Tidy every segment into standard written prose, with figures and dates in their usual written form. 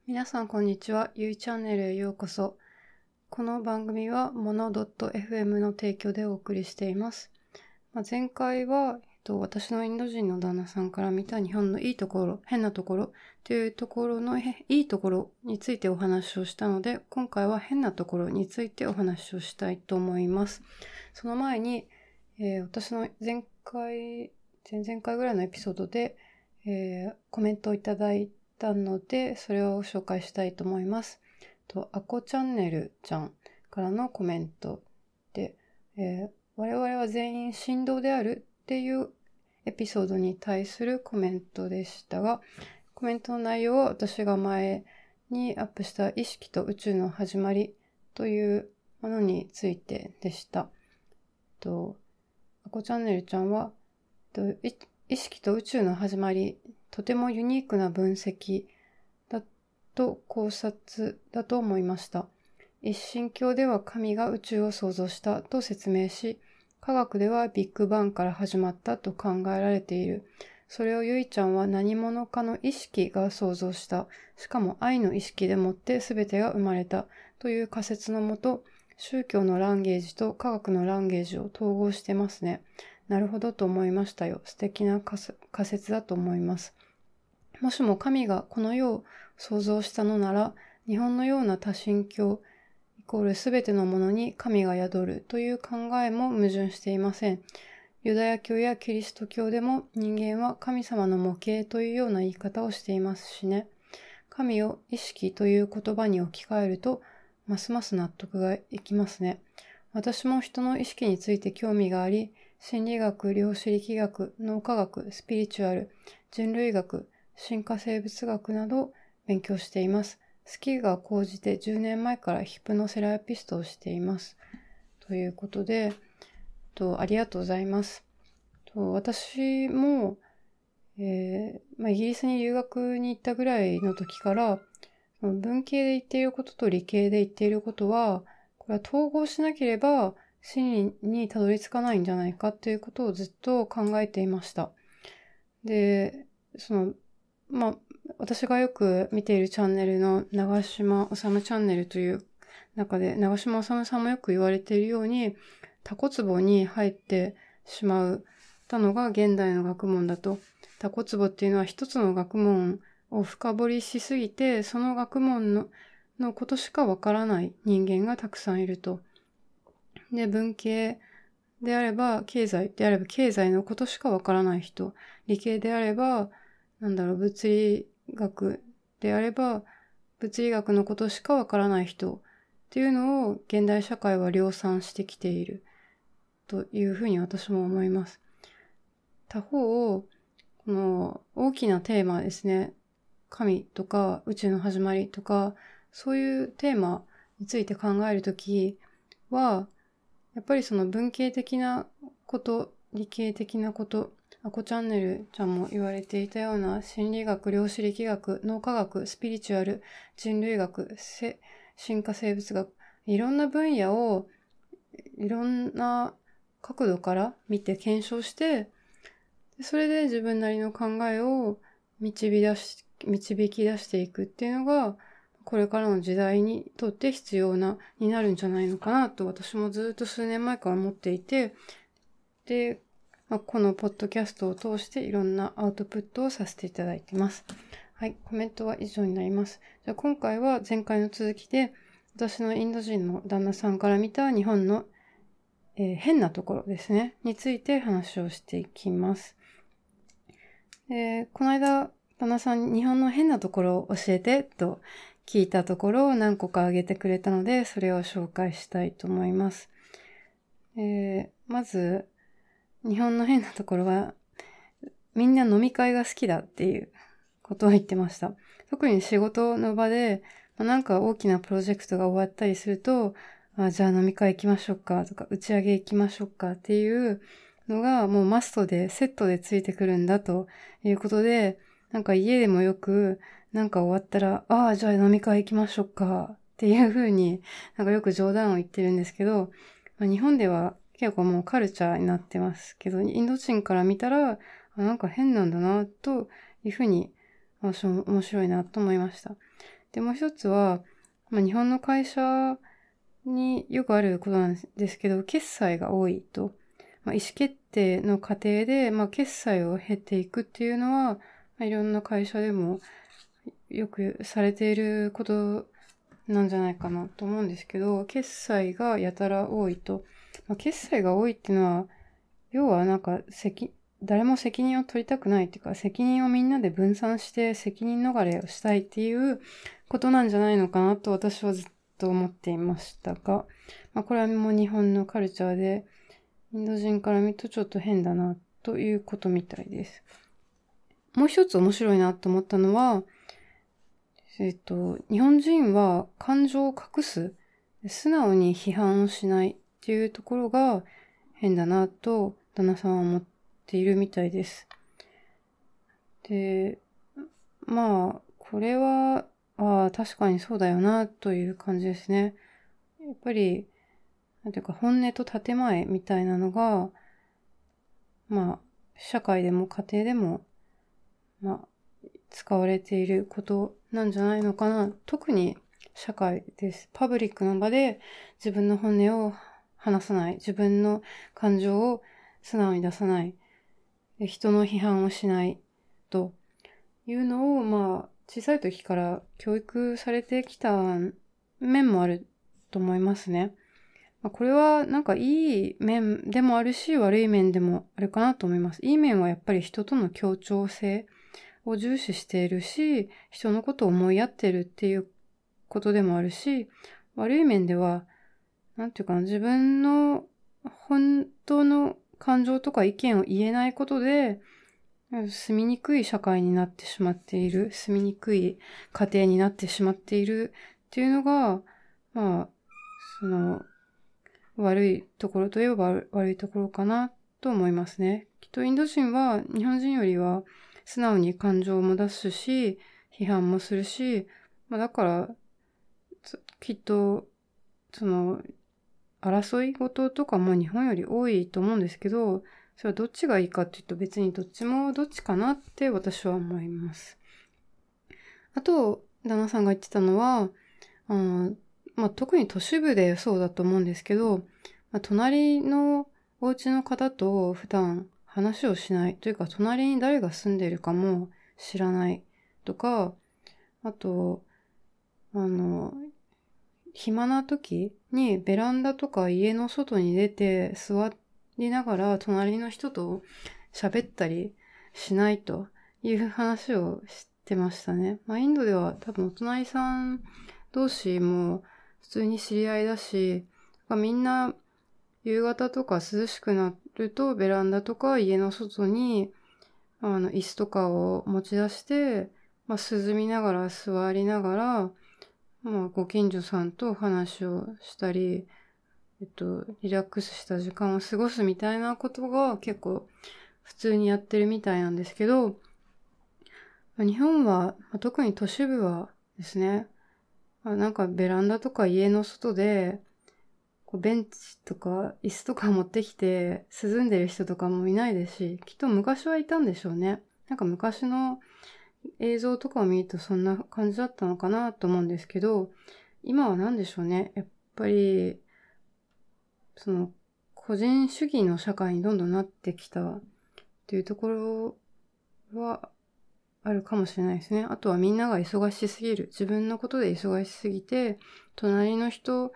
皆さんこんにちは。ゆいチャンネルへようこそ。この番組はモノ .fm の提供でお送りしています。前回は、私のインド人の旦那さんから見た日本のいいところ、変なところというところのいいところについてお話をしたので、今回は変なところについてお話をしたいと思います。その前に、私の前々回ぐらいのエピソードで、コメントをいただいたので、それを紹介したいと思います。あこチャンネルちゃんからのコメントで、我々は全員振動であるっていうエピソードに対するコメントでしたが、コメントの内容は私が前にアップした意識と宇宙の始まりというものについてでした。あこチャンネルちゃんは、意識と宇宙の始まり、とてもユニークな分析だと考察だと思いました。一神教では神が宇宙を創造したと説明し、科学ではビッグバンから始まったと考えられている。それをゆいちゃんは何者かの意識が創造した。しかも愛の意識でもって全てが生まれたという仮説のもと、宗教のランゲージと科学のランゲージを統合してますね。なるほどと思いましたよ。素敵な仮説だと思います。もしも神がこの世を創造したのなら、日本のような多神教イコールすべてのものに神が宿るという考えも矛盾していません。ユダヤ教やキリスト教でも人間は神様の模型というような言い方をしていますしね。神を意識という言葉に置き換えると、ますます納得がいきますね。私も人の意識について興味があり、心理学、量子力学、脳科学、スピリチュアル、人類学、進化生物学などを勉強しています。好きが高じて10年前からヒプノセラピストをしています。ということで、ありがとうございます。私も、イギリスに留学に行ったぐらいの時から、文系で言っていることと理系で言っていることは、これは統合しなければ真理にたどり着かないんじゃないかということをずっと考えていました。で、私がよく見ているチャンネルの長島治チャンネルという中で、長島治さんもよく言われているように、タコ壺に入ってしまったのが現代の学問だと。タコ壺っていうのは一つの学問を深掘りしすぎて、その学問のことしかわからない人間がたくさんいると。で、文系であれば、経済であれば経済のことしかわからない人。理系であれば、物理学であれば、物理学のことしかわからない人っていうのを現代社会は量産してきているというふうに私も思います。他方、この大きなテーマですね、神とか宇宙の始まりとか、そういうテーマについて考えるときは、やっぱりその文系的なこと、理系的なこと、あこチャンネルちゃんも言われていたような心理学、量子力学、脳科学、スピリチュアル、人類学、進化生物学、いろんな分野をいろんな角度から見て検証して、それで自分なりの考えを導き出していくっていうのが、これからの時代にとって必要になるんじゃないのかなと私もずっと数年前から思っていて、で、このポッドキャストを通していろんなアウトプットをさせていただいています。はい、コメントは以上になります。じゃあ今回は前回の続きで、私のインド人の旦那さんから見た日本の、変なところですね、について話をしていきます。この間、旦那さんに日本の変なところを教えてと聞いたところを何個か挙げてくれたので、それを紹介したいと思います。まず、日本の変なところは、みんな飲み会が好きだっていうことを言ってました。特に仕事の場で、なんか大きなプロジェクトが終わったりすると、じゃあ飲み会行きましょうかとか、打ち上げ行きましょうかっていうのがもうマストでセットでついてくるんだということで、なんか家でもよくなんか終わったら、じゃあ飲み会行きましょうかっていう風になんかよく冗談を言ってるんですけど、日本では結構もうカルチャーになってますけど、インド人から見たら、なんか変なんだなという風に私も面白いなと思いました。 で、もう一つは、日本の会社によくあることなんですけど、決済が多いと。意思決定の過程で、決済を経ていくっていうのは、いろんな会社でもよくされていることなんじゃないかなと思うんですけど、決済がやたら多いと。決済が多いっていうのは、要は誰も責任を取りたくないっていうか、責任をみんなで分散して責任逃れをしたいっていうことなんじゃないのかなと私はずっと思っていましたが、これはもう日本のカルチャーで、インド人から見るとちょっと変だなということみたいです。もう一つ面白いなと思ったのは、日本人は感情を隠す、素直に批判をしないっていうところが変だなと旦那さんは思っているみたいです。で、これは、確かにそうだよなという感じですね。やっぱり、なんていうか本音と建前みたいなのが、社会でも家庭でも、使われていることなんじゃないのかな。特に社会です。パブリックの場で自分の本音を話さない。自分の感情を素直に出さない。人の批判をしないというのを、小さい時から教育されてきた面もあると思いますね。これはなんかいい面でもあるし、悪い面でもあるかなと思います。いい面はやっぱり人との協調性を重視しているし、人のことを思いやってるっていうことでもあるし、悪い面では、自分の本当の感情とか意見を言えないことで、住みにくい社会になってしまっている、住みにくい家庭になってしまっているっていうのが、悪いところといえば悪いところかなと思いますね。きっとインド人は日本人よりは素直に感情も出すし、批判もするし、だから、きっと、争い事とかも日本より多いと思うんですけど、それはどっちがいいかっていうと別にどっちもどっちかなって私は思います。あと、旦那さんが言ってたのは、特に都市部でそうだと思うんですけど、隣のお家の方と普段話をしないというか、隣に誰が住んでいるかも知らないとか、あと、暇な時にベランダとか家の外に出て座りながら隣の人と喋ったりしないという話をしてましたね。インドでは多分お隣さん同士も普通に知り合いだし、みんな夕方とか涼しくなるとベランダとか家の外に椅子とかを持ち出して、涼みながら座りながら、ご近所さんと話をしたり、リラックスした時間を過ごすみたいなことが結構普通にやってるみたいなんですけど、日本は、特に都市部はですね、ベランダとか家の外で、ベンチとか椅子とか持ってきて涼んでる人とかもいないですし、きっと昔はいたんでしょうね。昔の映像とかを見るとそんな感じだったのかなと思うんですけど、今は何でしょうね。やっぱり、個人主義の社会にどんどんなってきたっていうところはあるかもしれないですね。あとはみんなが忙しすぎる。自分のことで忙しすぎて、隣の人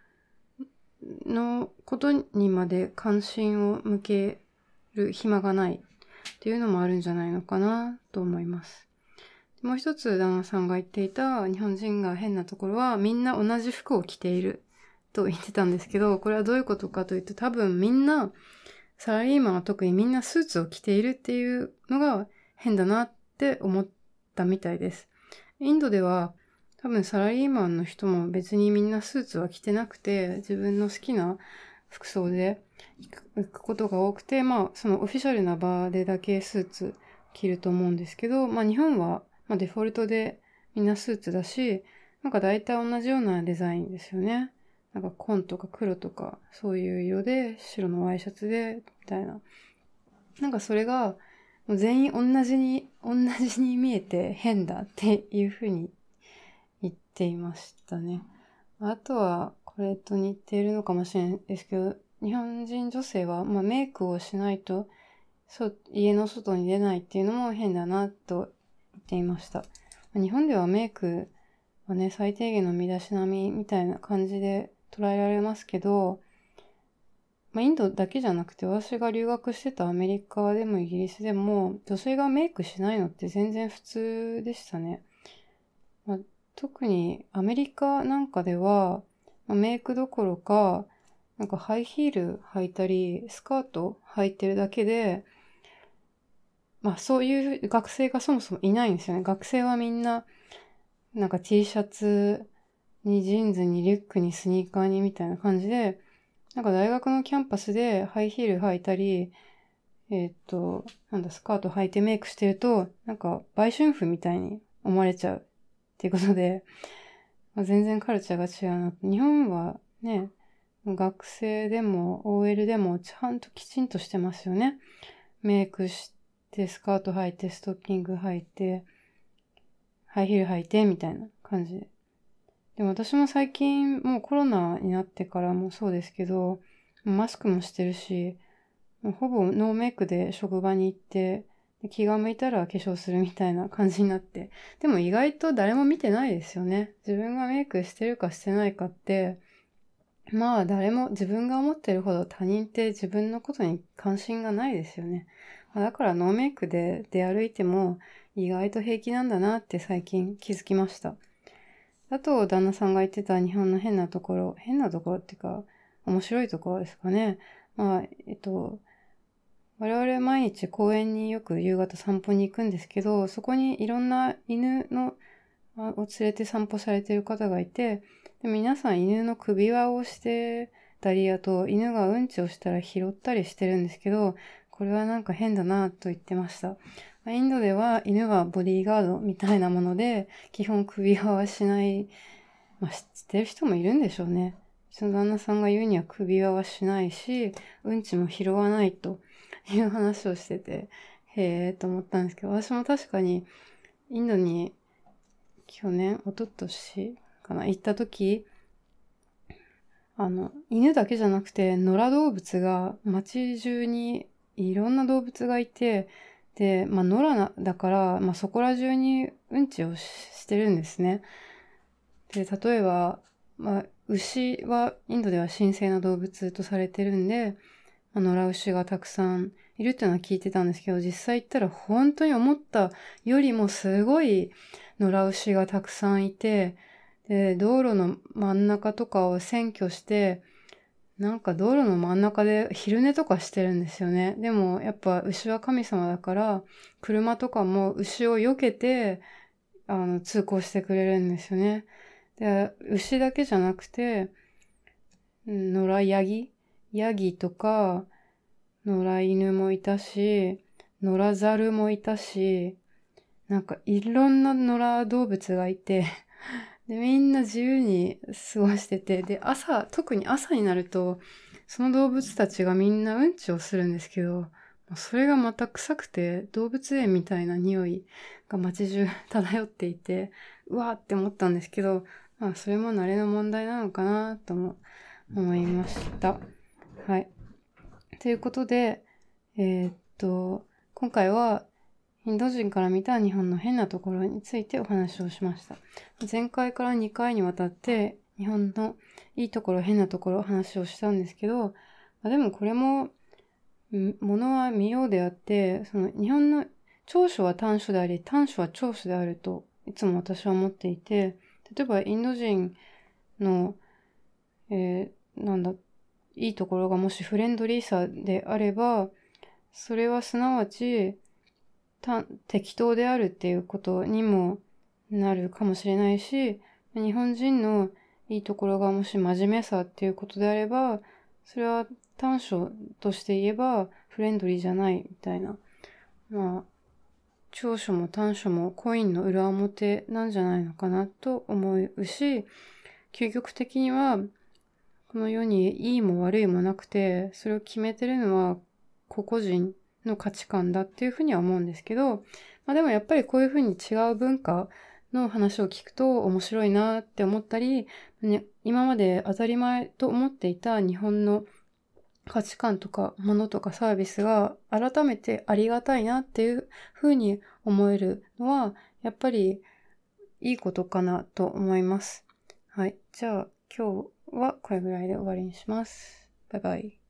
のことにまで関心を向ける暇がないっていうのもあるんじゃないのかなと思います。もう一つ旦那さんが言っていた日本人が変なところはみんな同じ服を着ていると言ってたんですけど、これはどういうことかというと多分みんなサラリーマンは特にみんなスーツを着ているっていうのが変だなって思ったみたいです。インドでは多分サラリーマンの人も別にみんなスーツは着てなくて自分の好きな服装で行くことが多くて、そのオフィシャルな場でだけスーツ着ると思うんですけど、日本はデフォルトでみんなスーツだし、大体同じようなデザインですよね。紺とか黒とかそういう色で白のワイシャツでみたいな。それがもう全員同じに見えて変だっていう風に言っていましたね。あとはこれと似ているのかもしれないですけど、日本人女性は、メイクをしないと家の外に出ないっていうのも変だなと言っていました。日本ではメイクはね、最低限の身だしなみみたいな感じで捉えられますけど、インドだけじゃなくて、私が留学してたアメリカでもイギリスでも、女性がメイクしないのって全然普通でしたね。特にアメリカなんかでは、メイクどころか、なんかハイヒール履いたり、スカート履いてるだけで、そういう学生がそもそもいないんですよね。学生はみんな、なんか T シャツにジーンズにリュックにスニーカーにみたいな感じで、なんか大学のキャンパスでハイヒール履いたり、スカート履いてメイクしてると、なんか売春婦みたいに思われちゃうっていうことで、全然カルチャーが違うな。日本はね、学生でも OL でもちゃんときちんとしてますよね。メイクして、スカート履いて、ストッキング履いて、ハイヒール履いて、みたいな感じで。でも私も最近もうコロナになってからもそうですけど、マスクもしてるし、ほぼノーメイクで職場に行って、気が向いたら化粧するみたいな感じになって。でも意外と誰も見てないですよね。自分がメイクしてるかしてないかって、誰も自分が思ってるほど他人って自分のことに関心がないですよね。だからノーメイクで出歩いても意外と平気なんだなって最近気づきました。あと、旦那さんが言ってた日本の変なところっていうか、面白いところですかね。我々毎日公園によく夕方散歩に行くんですけど、そこにいろんな犬を連れて散歩されている方がいて、で皆さん犬の首輪をしてたり、あと犬がうんちをしたら拾ったりしてるんですけど、これはなんか変だなと言ってました。インドでは犬はボディーガードみたいなもので、基本首輪はしない、知ってる人もいるんでしょうね。その旦那さんが言うには首輪はしないし、うんちも拾わないという話をしてて、へーと思ったんですけど、私も確かにインドに去年、一昨年かな、行った時、犬だけじゃなくて、野良動物が街中にいろんな動物がいて、で、野良だから、そこら中にうんちをしてるんですね。で、例えば、牛はインドでは神聖な動物とされてるんで、野良牛がたくさんいるっていうのは聞いてたんですけど、実際行ったら本当に思ったよりもすごい野良牛がたくさんいて、で、道路の真ん中とかを占拠して、なんか道路の真ん中で昼寝とかしてるんですよね。でもやっぱ牛は神様だから、車とかも牛を避けて、通行してくれるんですよね。で、牛だけじゃなくて、野良ヤギとか、野良犬もいたし、野良猿もいたし、なんかいろんな野良動物がいて、で、みんな自由に過ごしてて、で、特に朝になると、その動物たちがみんなうんちをするんですけど、それがまた臭くて、動物園みたいな匂いが街中漂っていて、うわーって思ったんですけど、それも慣れの問題なのかなとも思いました。はい。ということで、今回はインド人から見た日本の変なところについてお話をしました。前回から2回にわたって日本のいいところ、変なところ話をしたんですけど、でもこれも、ものは見ようであって、その日本の長所は短所であり、短所は長所であるといつも私は思っていて、例えばインド人の、いいところがもしフレンドリーさであれば、それはすなわち適当であるっていうことにもなるかもしれないし、日本人のいいところがもし真面目さっていうことであれば、それは短所として言えばフレンドリーじゃないみたいな。長所も短所もコインの裏表なんじゃないのかなと思うし、究極的にはこの世にいいも悪いもなくて、それを決めてるのは個々人の価値観だっていうふうには思うんですけど、でもやっぱりこういうふうに違う文化の話を聞くと面白いなって思ったり、ね、今まで当たり前と思っていた日本の価値観とかものとかサービスが改めてありがたいなっていうふうに思えるのはやっぱりいいことかなと思います。はい。じゃあ今日はこれぐらいで終わりにします。バイバイ。